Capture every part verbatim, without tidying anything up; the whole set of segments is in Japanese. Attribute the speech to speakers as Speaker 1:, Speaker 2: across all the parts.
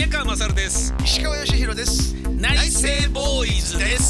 Speaker 1: 宮川勝です。
Speaker 2: 石川義弘です。
Speaker 1: 内政ボーイズです。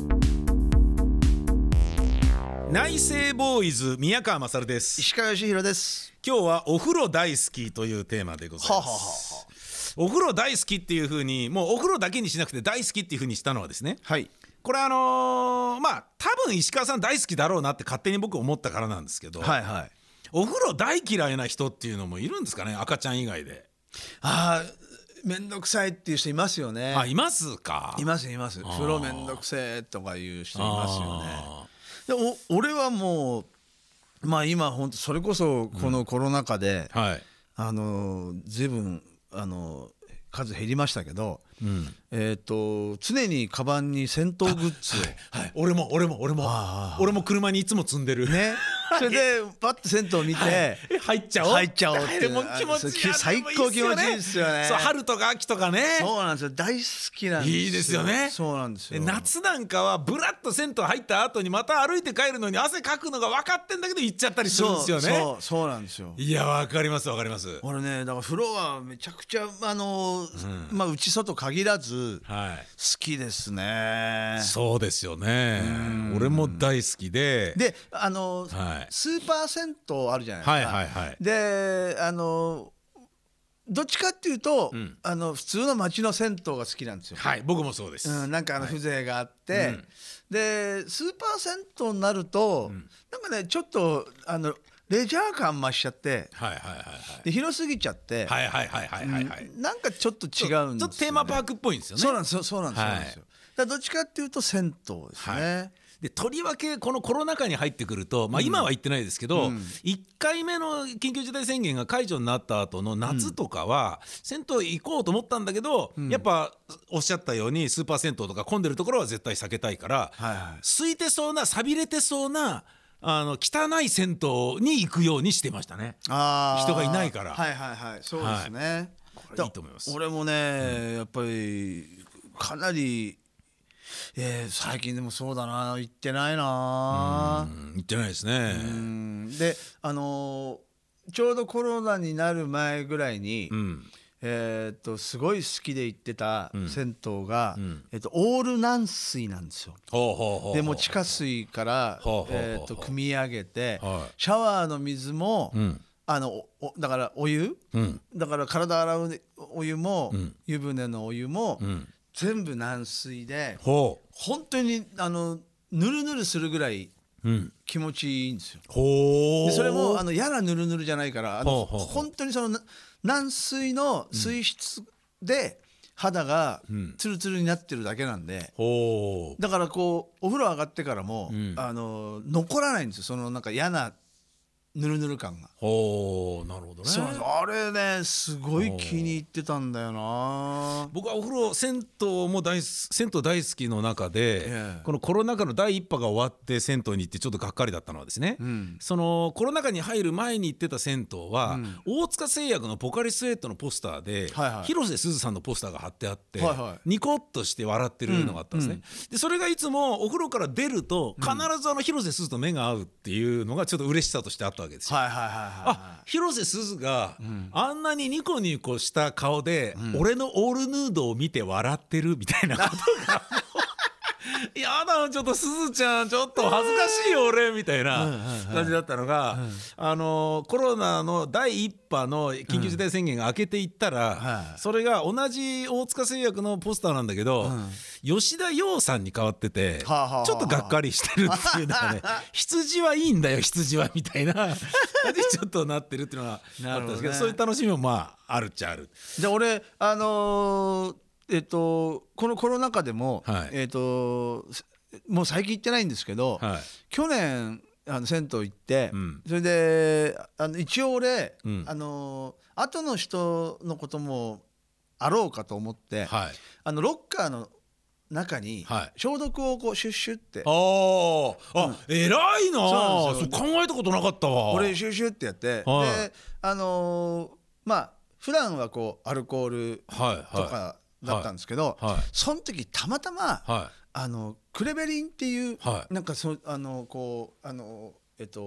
Speaker 1: 内政ボーイズ宮川勝です。
Speaker 2: 石川義弘です。
Speaker 1: 今日はお風呂大好きというテーマでございます。ははははお風呂大好きっていう風にもうお風呂だけにしなくて大好きっていう風にしたのはですね、
Speaker 2: はい、
Speaker 1: これあのー、まあ多分石川さん大好きだろうなって勝手に僕思ったからなんですけど、
Speaker 2: はいはい、
Speaker 1: お風呂大嫌いな人っていうのもいるんですかね、赤ちゃん以外で。
Speaker 2: あー、めんどくさいっていう人いますよね。
Speaker 1: あ、いますか。
Speaker 2: いますいます。風呂めんどくせえとかいう人いますよね。でお俺はもうまあ今本当それこそこのコロナ禍で、うん、はい、あの随分あの数減りましたけど、うん、えー、と常にカバンに銭湯グッズを、
Speaker 1: はいはい、俺も俺も俺も俺も車にいつも積んでるね。
Speaker 2: それでパッと銭湯を見て、はい、
Speaker 1: 入っちゃおう
Speaker 2: 入っちゃおうっていう、
Speaker 1: も気持ちいい、
Speaker 2: 最高気持ちいいですよね。
Speaker 1: そう、春とか秋とかね。
Speaker 2: そうなんですよ、大好きなんですよ。
Speaker 1: いいですよね。
Speaker 2: そうなんですよ。
Speaker 1: 夏なんかはブラッと銭湯入った後にまた歩いて帰るのに汗かくのが分かってんだけど行っちゃったりするんですよね。
Speaker 2: そうそうそうなんですよ。
Speaker 1: いや、分かります分かります。
Speaker 2: 俺ね、だから風呂はめちゃくちゃあの、うん、まあ内外限らず、はい、好きですね。
Speaker 1: そうですよね。俺も大好きで、
Speaker 2: であの、はい、スーパー銭湯あるじゃないですか。
Speaker 1: はいはいはい。
Speaker 2: であのどっちかっていうと、うん、あの普通の町の銭湯が好きなんですよ。
Speaker 1: はい、僕もそうです。
Speaker 2: うん、なんかあの風情があって、はい、うん、でスーパー銭湯になると、うん、なんかねちょっとあのレジャー感増しちゃって、はいはいはいはい、で広すぎちゃって、はいはいはいはいはい、うん、なんかちょっと違うんですよね。
Speaker 1: ちょっとテーマパークっぽいんですよね。
Speaker 2: そうなんですよそうなんですよ、はい、だからどっちかっていうと銭湯ですね。はい、
Speaker 1: でとりわけこのコロナ禍に入ってくると、まあ、今は言ってないですけど、うん、いっかいめの緊急事態宣言が解除になった後の夏とかは、うん、銭湯行こうと思ったんだけど、うん、やっぱおっしゃったようにスーパー銭湯とか混んでるところは絶対避けたいから、はいはい、空いてそうな寂れてそうなあの汚い銭湯に行くようにしてましたね。あ、人がいないから。
Speaker 2: はいはいはい、そうですね。はい、
Speaker 1: これいいと思います。
Speaker 2: 俺もね、うん、やっぱりかなりえー、最近でもそうだな、行ってないな。
Speaker 1: うん、行ってないですね。
Speaker 2: うん、であのー、ちょうどコロナになる前ぐらいに、うん、えー、っとすごい好きで行ってた銭湯が、うん、えー、っとオール軟水なんですよ。ほうほうほうほう。でも地下水から、えー、っと汲み上げて、はい、シャワーの水も、うん、あのおだからお湯、うん、だから体洗うお湯も、うん、湯船のお湯も、うん、全部軟水で、ほう、本当にあのぬるぬるするぐらい気持ちいいんですよ。ほう。でそれもあのやらぬるぬるじゃないから、あのほうほうほう、本当にその軟水の水質で肌がツルツルになってるだけなんで、うん、だからこうお風呂上がってからも、うん、あの残らないんですよ、そのなんか嫌なぬるぬる感が。
Speaker 1: おー、なるほどね。
Speaker 2: そう、あれねすごい気に入ってたんだよな。
Speaker 1: 僕はお風呂銭湯も大銭湯大好きの中で、yeah. このコロナ禍の第一波が終わって銭湯に行ってちょっとがっかりだったのはですね、うん、そのコロナ禍に入る前に行ってた銭湯は、うん、大塚製薬のポカリスエットのポスターで、はいはい、広瀬すずさんのポスターが貼ってあって、はいはい、ニコッとして笑ってるのがあったんですね、うんうん、でそれがいつもお風呂から出ると必ずあの広瀬すずと目が合うっていうのがちょっと嬉しさとしてあったわけですよ。はいはいはいはい、あ、広瀬すずが、うん、あんなにニコニコした顔で、うん、俺のオールヌードを見て笑ってるみたいなことがやだ、ちょっとすずちゃんちょっと恥ずかしいよ俺みたいな感じだったのが、うんうん、あのコロナの第一波の緊急事態宣言が明けていったら、うん、それが同じ大塚製薬のポスターなんだけど、うん、吉田羊さんに変わってて、はあはあ、ちょっとがっかりしてるっていうのがね羊はいいんだよ羊はみたいな感じちょっとなってるっていうのがあったんですけど、ね、そういう楽しみもまああるっちゃある。
Speaker 2: じゃあ俺あのーえっと、このコロナ禍でも、はい、えっと、もう最近行ってないんですけど、はい、去年あの銭湯行って、うん、それであの一応俺、うん、あの後の人のこともあろうかと思って、はい、あのロッカーの中に消毒をこうシュッシュって、
Speaker 1: はい、ああ、うん、偉いな。そう考えたことなかったわ。
Speaker 2: これシュッシュってやって、はい、であのー、まあ普段はこうアルコールとか、はいはいだったんですけど、はいはい、その時たまたま、はい、あのクレベリンっていう、はい、なんかそあのこうあのえっと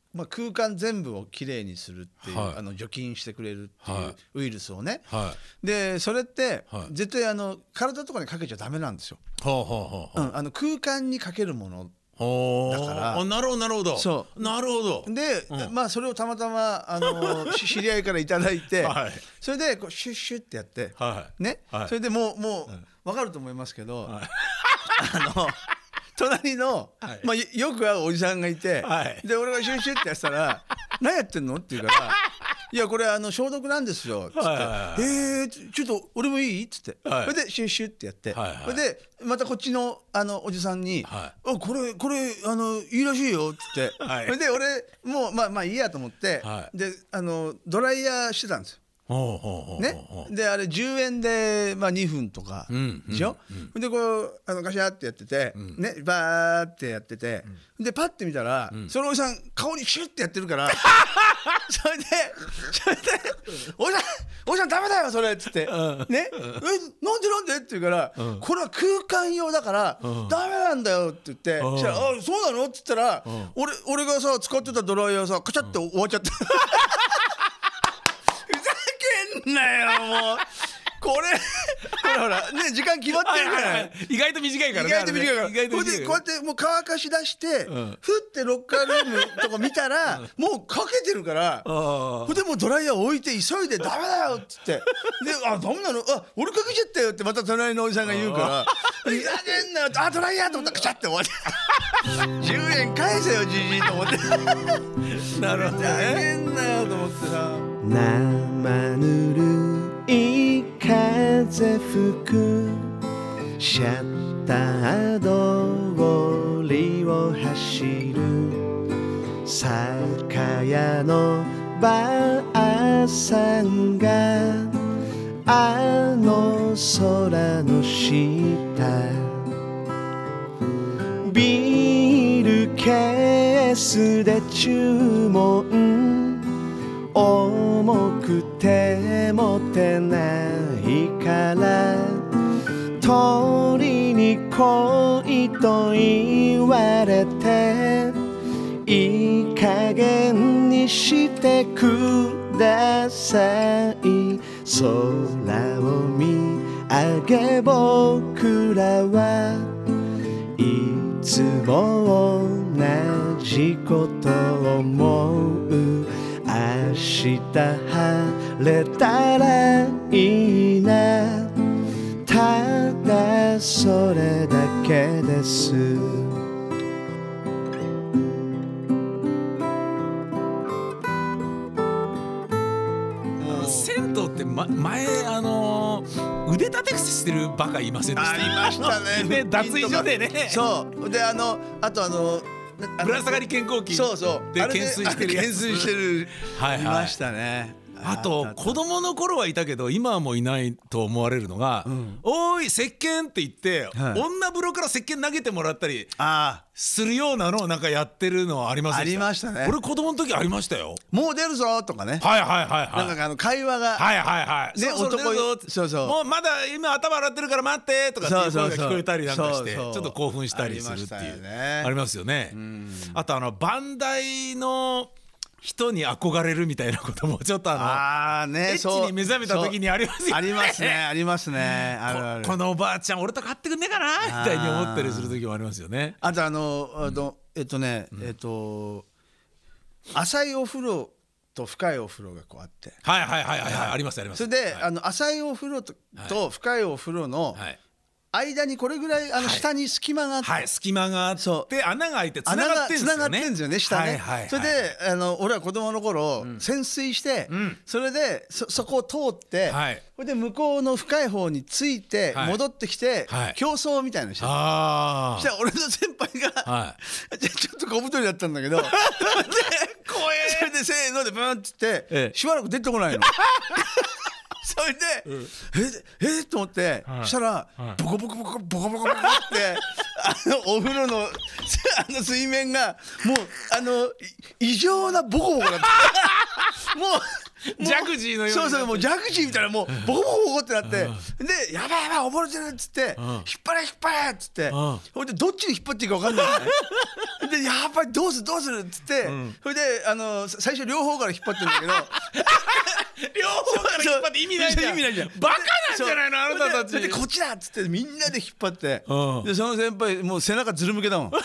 Speaker 2: まあ、空間全部をきれいにするっていう、
Speaker 1: はい、
Speaker 2: あの除菌してくれるっていうウイルスをね、
Speaker 1: はい、
Speaker 2: でそれって、
Speaker 1: はい、
Speaker 2: 絶対あの体とかにかけちゃダメなんですよ、
Speaker 1: はあはあはあ、
Speaker 2: うん、あの空間にかけるものだから。
Speaker 1: あ、なるほどなるほど、
Speaker 2: そう
Speaker 1: なるほど
Speaker 2: で、うん、まあそれをたまたまあの知り合いからいただいて、はい、それでこうシュッシュッってやって、はい、ね、はい、それでもうもう、うん、分かると思いますけど、はい、あの隣の、はい、まあ、よく会うおじさんがいて、はい、で俺がシュッシュッってやってたら何やってんのって言うからいやこれあの消毒なんですよっつって、はいはいはい、えー、ちょっと俺もいいっつって、はい、それでシュッシュッってやって、はいはい、それでまたこっちのあのおじさんに、はい、あこれこれあのいいらしいよっつって、はい、それで俺もうまあまあいいやと思って、はい、であのドライヤーしてたんですよ。ね、であれじゅうえんで、まあ、にふんとかでしょ、うんうん、でこうあのガシャってやってて、うん、ね、バーってやってて、うん、でパッて見たら、うん、そのおじさん顔にシュッてやってるからそれでそれでおじさんおじさんダメだよそれっつって、うん、ね、うん、えなんでなんでって言うから、うん、これは空間用だから、うん、ダメなんだよって言って、うん、したらあそうなのって言ったら、うん、俺, 俺がさ使ってたドライヤーさカチャって終わっちゃった、うんなよもうこれほらほらね時間決まってるから、はいはいはい、
Speaker 1: 意外と短いからね、
Speaker 2: 意外と短いから、ね、こうやってこうやってもう乾かし出して、うん、ふってロッカールームとか見たら、うん、もうかけてるからそれでもうドライヤー置いて急いでダメだよっつってであダメなのあ俺かけちゃったよってまた隣のおじさんが言うからいらねえんだよあドライヤーと思ったらカチャって終わってじゅうえん返せよじじいと思ってなるほどねあげんなよと思ってさ生ぬるい風吹くシャッター通りを走る酒屋のばあさんがあの空の下ビールケースで注文重くて持てないから取りに来いと言われていい加減にしてください空を見上げ僕らはいつも同じことを思う明日晴れたらいいなただそれだけです
Speaker 1: 銭湯って、ま、前あのー、腕立て伏せしてるバカいませんでした？
Speaker 2: ありましたね
Speaker 1: ね脱衣所でね
Speaker 2: そうであのあとあの
Speaker 1: ぶら下がり健康器
Speaker 2: そうそう
Speaker 1: で懸垂してるやつ
Speaker 2: 懸垂してる
Speaker 1: はい、はい、
Speaker 2: いましたね。
Speaker 1: あと子供の頃はいたけど今はもういないと思われるのが、うん、おーい石鹸って言って、はい、女風呂から石鹸投げてもらったりするようなのをなんかやってるのはありませんでした？
Speaker 2: ありましたね。
Speaker 1: 俺子供の時ありましたよ。
Speaker 2: もう出るぞとかね。
Speaker 1: はいはいはいはい。
Speaker 2: なんかあの会話が
Speaker 1: はいはいはい
Speaker 2: ね
Speaker 1: そうそう
Speaker 2: 男そうそう
Speaker 1: もうまだ今頭洗ってるから待ってとかっていう声が聞こえたりなんかしてちょっと興奮したりするっていうありますよね。あとあのバンダイの人に憧れるみたいなこともちょっとあの
Speaker 2: あ、ね、
Speaker 1: エッチに目覚めた時にありますよね。
Speaker 2: ありますねありますねあるある
Speaker 1: こ, このおばあちゃん俺と買ってくんねえかなみたいに思ったりする時もありますよね。
Speaker 2: あとあの、あのえっとね、うん、えっと浅いお風呂と深いお風呂がこうあって
Speaker 1: はいはいはいはい、はい、ありますあります。
Speaker 2: それで、
Speaker 1: はい、
Speaker 2: あの浅いお風呂 と,、はい、と深いお風呂の、はい間にこれぐらいあの下に隙間があって、
Speaker 1: はいはい、隙間があって穴が開いてつながってんですよね。
Speaker 2: つながってんですよね下ね、はいはいはい、それであの俺は子供の頃、うん、潜水して、うん、それで そ, そこを通って、はい、それで向こうの深い方について、はい、戻ってきて、はい、競争みたいなのしてあそしたら俺の先輩が、はい、じゃちょっと小太りだったんだけどで怖えそれでせーのでブーンって言って、ええ、しばらく出てこないのそれで、うん、えええと思って、はい、したら、はい、ボコボコボコボコボコボコってあのお風呂のあの水面がもうあの異常なボコボコだったもう
Speaker 1: ジャグジーのように
Speaker 2: そうそう、もうジャグジーみたいな、もうボコボコボコってなって、でやばいやばい溺れてるっつって、引っ張れ引っ張れっつって、ほいでどっちに引っ張っていいか分かんないでやっぱりどうするどうするっつって、それであの最初両方から引っ張ってるんだけど
Speaker 1: 両方から引っ張って意味ないじゃん、意味ないじゃん、バカなんじゃないのあなたたち。
Speaker 2: でこっちだっつってみんなで引っ張って、でその先輩もう背中ずるむけだもん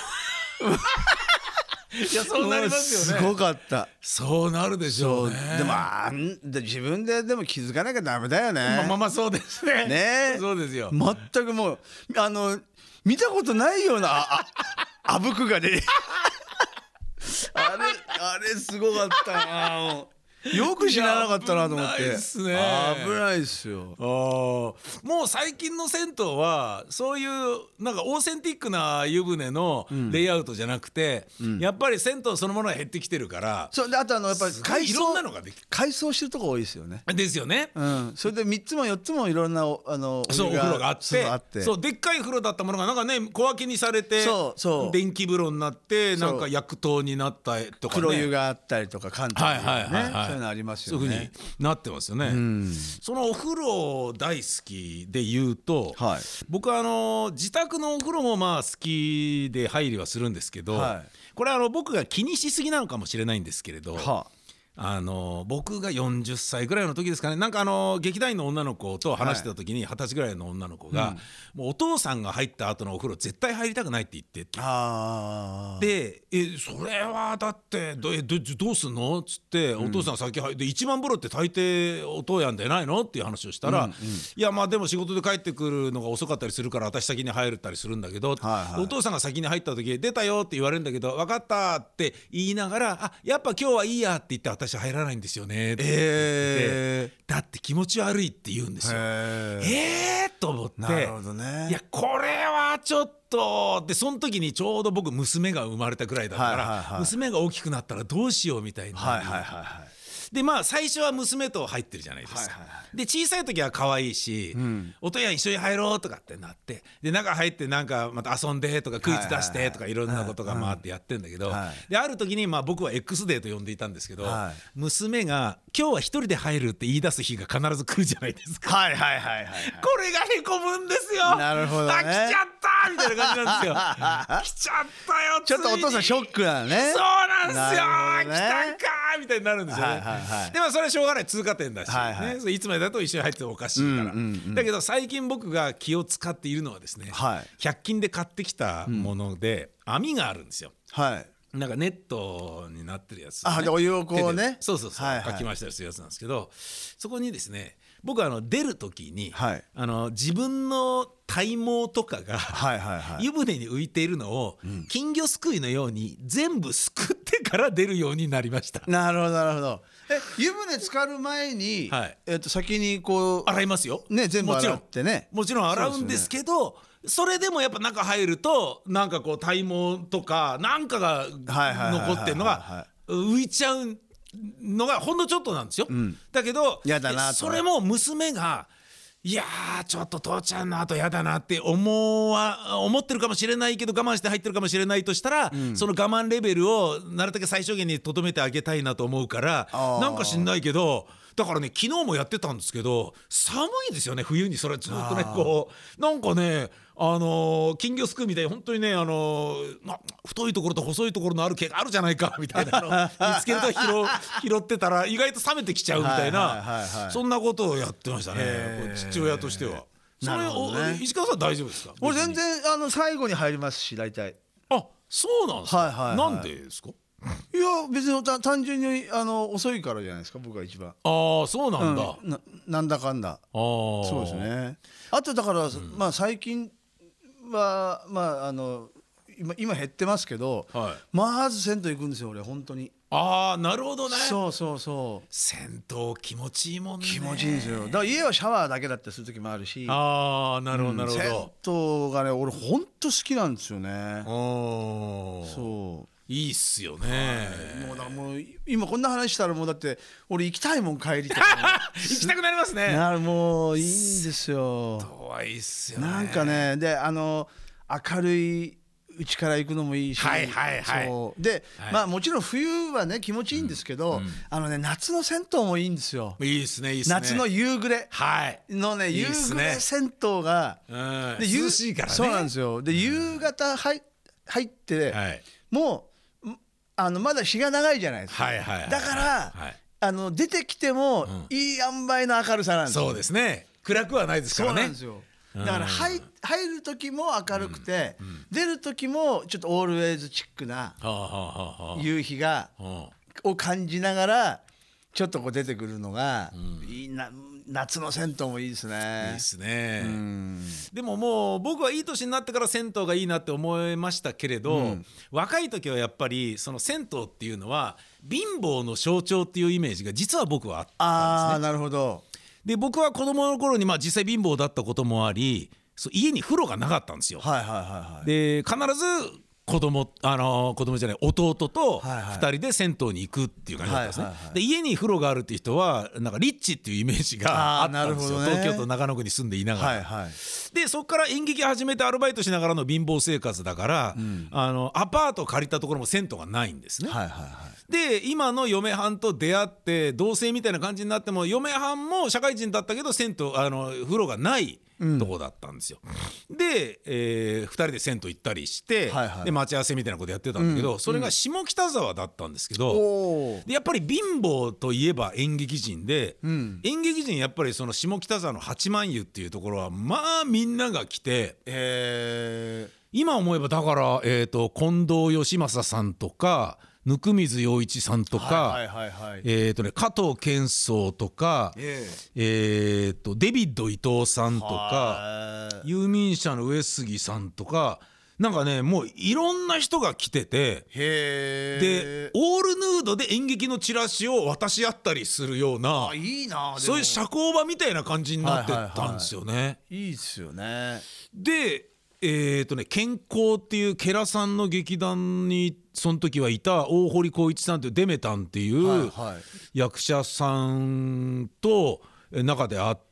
Speaker 1: いやそうなりますよね。
Speaker 2: すごかった。
Speaker 1: そうなるでしょうね。
Speaker 2: でもあんで自分ででも気づかなきゃダメだよね。
Speaker 1: まあまあまあそうですね。
Speaker 2: ね、
Speaker 1: そうですよ。
Speaker 2: 全くもうあの見たことないようなああぶくがねあれあれすごかったな。もうよく知らなかったなと思って。
Speaker 1: 危ないっすね。
Speaker 2: 危ないっすよ。
Speaker 1: あもう最近の銭湯はそういうなんかオーセンティックな湯船のレイアウトじゃなくて、うん、やっぱり銭湯そのものが減ってきてるから、
Speaker 2: そうであとあのやっぱり改装
Speaker 1: いろんなのができ
Speaker 2: 改装してるとこ多いですよね。
Speaker 1: ですよね。
Speaker 2: うん、それでみっつもよっつもいろんなあの
Speaker 1: そうお風呂があって、あってそうでっかい風呂だったものがなんかね小分けにされて、そうそう電気風呂になってなんか薬湯になったとかね、
Speaker 2: 黒湯があったりとか簡単にね、はいはいはいはい、そういうのありますよね。
Speaker 1: そういう風になってますよね、うん、そのお風呂大好きで言うと、はい、僕はあの自宅のお風呂もまあ好きで入りはするんですけど、はい、これはあの僕が気にしすぎなのかもしれないんですけれど、はああの僕がよんじゅっさいぐらいの時ですかね、なんかあの劇団員の女の子と話してた時にはたちぐらいの女の子が、うん、もうお父さんが入った後のお風呂絶対入りたくないって言ってって、あでえそれはだってどえどどうすんのっつって、うん、お父さん先入って一番風呂って大抵お父やんでないのっていう話をしたら、うんうん、いやまあでも仕事で帰ってくるのが遅かったりするから私先に入ったりするんだけど、はいはい、お父さんが先に入った時出たよって言われるんだけど分かったって言いながら、あやっぱ今日はいいやって言って私私入らないんですよねって言って、えー、だって気持ち悪いって言うんですよ。えー、えー、と思って、なるほどね、いやこれはちょっとでその時にちょうど僕娘が生まれたぐらいだったから、はいはいはい、娘が大きくなったらどうしようみたいな、はいはいはいはい、でまあ最初は娘と入ってるじゃないですか、はいはいはい、で小さい時は可愛いし、うん、おとや一緒に入ろうとかってなってで中入ってなんかまた遊んでとかクイズ出してとかいろんなことが回ってやってんだけど、はい、である時にまあ僕は X デーと呼んでいたんですけど、はい、娘が今日は一人で入るって言い出す日が必ず来るじゃないですか。はいはいはいはい、はい、これがへこむんですよ。なるほどね。あ来ちゃったみたいな感じなんですよ来ちゃったよ
Speaker 2: ちょっとお父さんショックなのね。
Speaker 1: そうなんですよ、ね、来たんかみたいになるんですよね、はいはいはい、でもそれはしょうがない通過点だし、はいはいね、いつまでだと一緒に入ってもおかしいから、うんうんうん、だけど最近僕が気を使っているのはですね、はい、ひゃく均で買ってきたもので、うん、網があるんですよ。はいなんかネットになってるやつ、ね、
Speaker 2: あでお湯をこうね
Speaker 1: そうそうそう、はいはい、かき回したりするやつなんですけど、そこにですね僕はあの出る時に、はい、あの自分の体毛とかが、はいはいはい、湯船に浮いているのを、うん、金魚すくいのように全部すくってから出るようになりました。
Speaker 2: なるほどなるほど。え湯船浸かる前に、はいえー、と先にこう
Speaker 1: 洗いますよ。
Speaker 2: ね全部洗ってね
Speaker 1: もちろん洗うんですけど、それでもやっぱ中入るとなんかこう体毛とかなんかが残ってるのが浮いちゃうのがほんのちょっとなんですよ、うん、だけどやだなとそれも娘がいやーちょっと父ちゃんの後やだなって思わ思ってるかもしれないけど我慢して入ってるかもしれないとしたら、うん、その我慢レベルをなるだけ最小限にとどめてあげたいなと思うからなんか知んないけどだからね昨日もやってたんですけど寒いですよね冬にそれずっとねこうなんかねあのー、金魚すくうみたいに本当にね、あのー、太いところと細いところのある毛があるじゃないかみたいなの見つけると 拾, 拾ってたら意外と冷めてきちゃうみたいな、はいはいはいはい、そんなことをやってましたね父親としては。それ、ね、石川さん大丈夫ですか？
Speaker 2: 俺全然あの最後に入りますし大体。
Speaker 1: あそうなんですか、はいはいはい、なんでですか？
Speaker 2: いや別に単純にあの遅いからじゃないですか僕が一番。
Speaker 1: ああそうなんだ、
Speaker 2: うん、な, なんだかんだあそうですね。あとだから、うん、まあ最近はまああの 今, 今減ってますけど、はい、まず銭湯行くんですよ俺本当に。
Speaker 1: ああなるほどね。
Speaker 2: そうそうそう
Speaker 1: 銭湯気持ちいいもんね。
Speaker 2: 気持ちいいんですよ。だから家はシャワーだけだったりする時もあるし。
Speaker 1: ああなるほどなるほど、うん、
Speaker 2: 銭湯がね俺本当好きなんですよね。そう
Speaker 1: いいっすよね、
Speaker 2: はい、もうだもう今こんな話したらもうだって俺行きたいもん帰りとか
Speaker 1: 行きたくなりますね。
Speaker 2: なもういいんですよ。
Speaker 1: とはいいっすよね。
Speaker 2: なんかねであの明るい家から行くのもいいし、
Speaker 1: はいはいはい、
Speaker 2: そうで、はい、まあもちろん冬はね気持ちいいんですけど、うんうん、あのね夏の銭湯もいいんですよ。
Speaker 1: いいですねいいですね。
Speaker 2: 夏の夕暮れのね、はい、夕暮れ銭湯が、
Speaker 1: うん、で涼しいからね。
Speaker 2: そうなんですよ。で夕方入入って、はい、もうあのまだ日が長いじゃないですか、はいはいはい、だから、はい、あの出てきても、うん、いい塩梅の明るさなんですよ。
Speaker 1: そうですね。暗くはないですからね。
Speaker 2: そうなんですよ。だから入、入る時も明るくて、うんうん、出る時もちょっとオールウェイズチックな夕日がを感じながらちょっとこう出てくるのが、うん、いいな。夏の銭湯もいいですね。
Speaker 1: いいですね。うん、でももう僕はいい年になってから銭湯がいいなって思いましたけれど、うん、若い時はやっぱりその銭湯っていうのは貧乏の象徴っていうイメージが実は僕はあったんですね。
Speaker 2: あー、なるほど。
Speaker 1: で僕は子供の頃にまあ実際貧乏だったこともあり、そう家に風呂がなかったんですよ。
Speaker 2: はいはいはいはい、
Speaker 1: で必ず子供、あのー、子供じゃない弟とふたりで銭湯に行くっていう感じだったんですね、はいはいはい、で家に風呂があるっていう人はなんかリッチっていうイメージがあったんですよ、ね、東京都中野区に住んでいながら、はいはい、でそこから演劇始めてアルバイトしながらの貧乏生活だから、うん、あのアパート借りたところも銭湯がないんですね、はいはいはい、で今の嫁はんと出会って同棲みたいな感じになっても嫁はんも社会人だったけど銭湯あの風呂がないとこだったんですよ、うん、で、えー、ふたりで銭湯行ったりして、はいはい、で待ち合わせみたいなことやってたんだけど、うん、それが下北沢だったんですけど、うん、でやっぱり貧乏といえば演劇人で、うん、演劇人やっぱりその下北沢の八幡湯っていうところはまあみんなが来て、えー、今思えばだから、えーと、近藤義正さんとか温水洋一さんとか、はいはいはいはい、えーとね、加藤健壮とか、えーえー、とデビッド伊藤さんとか遊民者の上杉さんとかなんかねもういろんな人が来てて、へでオールヌードで演劇のチラシを渡し合ったりするような、
Speaker 2: あいいな、
Speaker 1: そういう社交場みたいな感じになってったんですよね、はいはいはい、
Speaker 2: いいですよね。
Speaker 1: でえーとね、健康っていうケラさんの劇団にその時はいた大堀浩一さんというデメタンっていう役者さんと中で会って、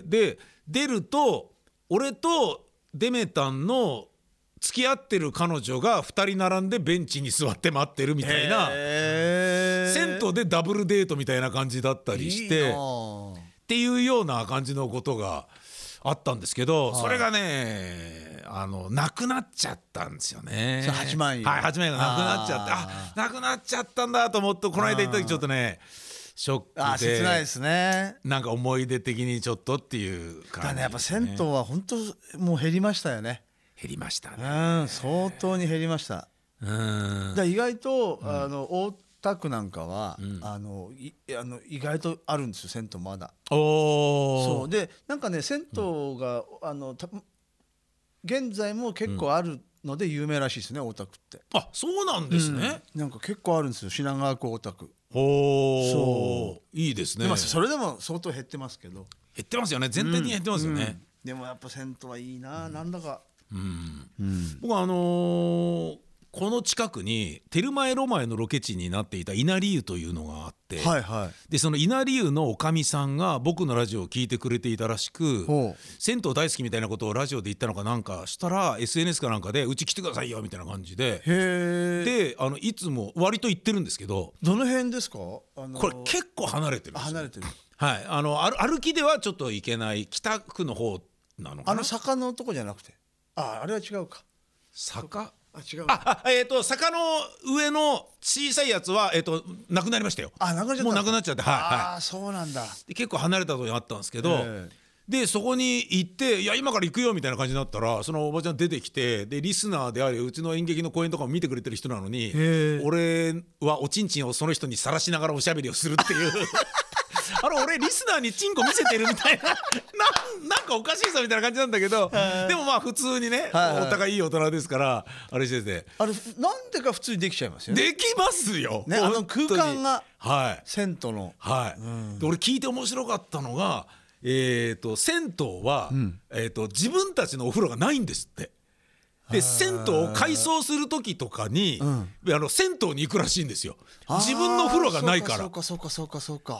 Speaker 1: で出ると俺とデメタンの付き合ってる彼女がふたり並んでベンチに座って待ってるみたいな、銭湯でダブルデートみたいな感じだったりして、いいっていうような感じのことがあったんですけど、はい、それがねあのなくなっちゃったんですよね。
Speaker 2: はちまんえん、
Speaker 1: はい、はちまんえんがなくなっちゃって、あなくなっちゃったんだと思って、この間行った時ちょっとねショックで、
Speaker 2: あ切ないですね。
Speaker 1: なんか思い出的にちょっとっていう感じですね。
Speaker 2: だね、やっぱ銭湯は本当もう減りましたよね。
Speaker 1: 減りましたね。
Speaker 2: うん、相当に減りました。うんだ意外と、うん、あの大田区なんかは、うん、あのいあの意外とあるんですよ銭湯まだ。おそうでなんかね銭湯が、うん、あのた現在も結構あるので有名らしいですね、大田区って。
Speaker 1: あそうなんですね、
Speaker 2: うん、なんか結構あるんですよ品川区大田区。
Speaker 1: ほそういいですね。
Speaker 2: でもそれでも相当減ってますけど。
Speaker 1: 減ってますよね、全体的に減ってますよね、うんうん、
Speaker 2: でもやっぱ銭湯はいいな、うん、なんだか、
Speaker 1: うんうん、僕はあのーこの近くにテルマエロマエのロケ地になっていた稲荷湯というのがあって、はいはい、でその稲荷湯のおかみさんが僕のラジオを聞いてくれていたらしく、銭湯大好きみたいなことをラジオで言ったのかなんかしたら エスエヌエス かなんかでうち来てくださいよみたいな感じで、へであのいつも割と行ってるんですけど。
Speaker 2: どの辺ですか？
Speaker 1: あのー、これ結構離れてるんですよ。
Speaker 2: 離れてる、
Speaker 1: はい、あの歩きではちょっと行けない北区の方なのかな。
Speaker 2: あの坂のとこじゃなくて、ああれは違うか。
Speaker 1: 坂
Speaker 2: あ違う
Speaker 1: ああえー、と坂の上の小さいやつは、えー、となくなりましたよ。
Speaker 2: あなくなっちゃった。
Speaker 1: もうなくなっちゃって、はいはい、
Speaker 2: あそうなんだ。
Speaker 1: で結構離れたところにあったんですけど、でそこに行っていや今から行くよみたいな感じになったらそのおばちゃん出てきて、でリスナーでありうちの演劇の公演とかも見てくれてる人なのに、俺はおちんちんをその人にさらしながらおしゃべりをするっていうあの俺リスナーにチンコ見せてるみたい な, な, なんかおかしいぞみたいな感じなんだけど、でもまあ普通にね、はいはい、お互いいい大人ですからあれしてて、
Speaker 2: あれなんでか普通にできちゃいますよね。
Speaker 1: できますよ、
Speaker 2: ね、あの空間が、はい、銭湯の、
Speaker 1: はい、うん、で俺聞いて面白かったのが、えー、と銭湯は、うんえー、と自分たちのお風呂がないんですって。で銭湯を改装する時とかに、うん、あの銭湯に行くらしいんですよ。自分の風呂がないから。
Speaker 2: そうかそうかそうかそうか。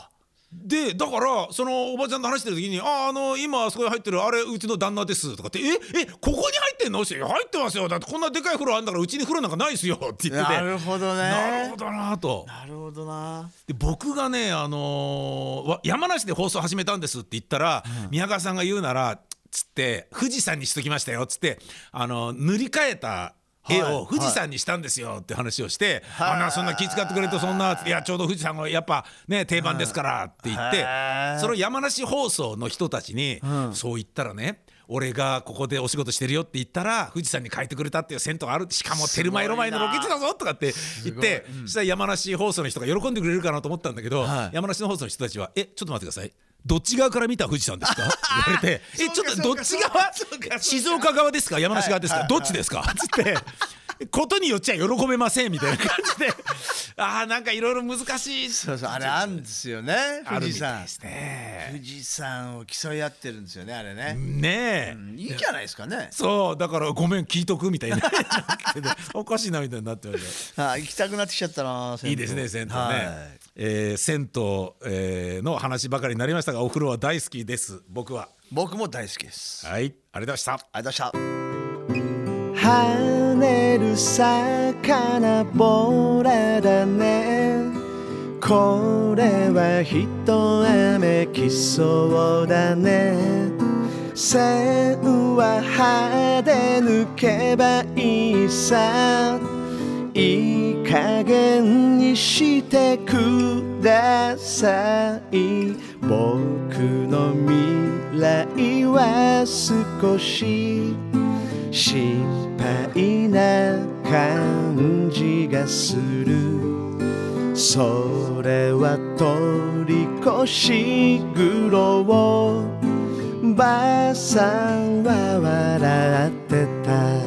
Speaker 1: でだからそのおばちゃんと話してる時に「ああの今あそこに入ってるあれうちの旦那です」とかって「ええここに入ってんの?」って「入ってますよだってこんなでかい風呂あるんだからうちに風呂なんかないですよ」って言ってて、
Speaker 2: なるほどね、
Speaker 1: なるほどなと。
Speaker 2: なるほどな。
Speaker 1: で僕がね、あのー、山梨で放送始めたんですって言ったら、うん、宮川さんが言うならつって富士山にしときましたよつって、あの塗り替えた絵を富士山にしたんですよって話をして、はい、あんなそんな気遣ってくれるとそんな、いやちょうど富士山がやっぱね定番ですからって言って、その山梨放送の人たちに、うん、そう言ったらね、俺がここでお仕事してるよって言ったら富士山に変えてくれたっていう銭湯がある、しかもテルマエロマエのロケ地だぞとかって言って、うん、そしたら山梨放送の人が喜んでくれるかなと思ったんだけど、はい、山梨の放送の人たちはえちょっと待ってください、どっち側から見た富士山ですかって言われてえちょっとどっち側、静岡側ですか山梨側ですか、はいはいはい、どっちですかつってことによっちゃ喜べませんみたいな感じであーなんかいろいろ難しい。
Speaker 2: そうそう、あれあるんですよね、富士山。
Speaker 1: あるみたいですね。
Speaker 2: 富士山を競い合ってるんですよね、あれね。
Speaker 1: ねえ、
Speaker 2: うん、いいじゃないですかね。
Speaker 1: そうだからごめん聞いとくみたいなおかしいなみたいになってました
Speaker 2: あ、行きたくなってきちゃったな。
Speaker 1: いいですね銭湯ね、はい、えー、銭湯、えー、の話ばかりになりましたがお風呂は大好きです。僕は
Speaker 2: 僕も大好きです。
Speaker 1: はい、ありがとうございました。
Speaker 2: ありがとうございました。跳ねる魚ボラだね、これは一雨来そうだね、線は歯で抜けばいいさ、いい加減にしてください、僕の未来は少し心配な感じがする、それは通り越し苦労、ばあさんは笑ってた、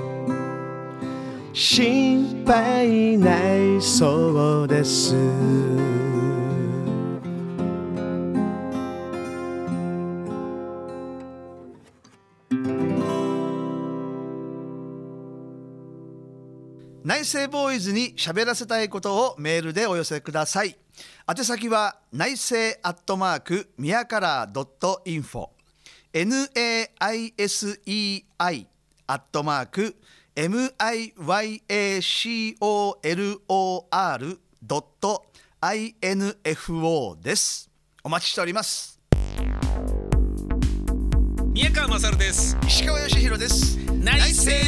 Speaker 2: 心配ないそうです。内政ボーイズに喋らせたいことをメールでお寄せください。宛先は内政アットマークミヤカラードットインフォ ナイセイアットマーク ミヤカラードットインフォ です。お待ちしております。
Speaker 1: 宮川勝です。
Speaker 2: 石川義弘です。
Speaker 1: 内政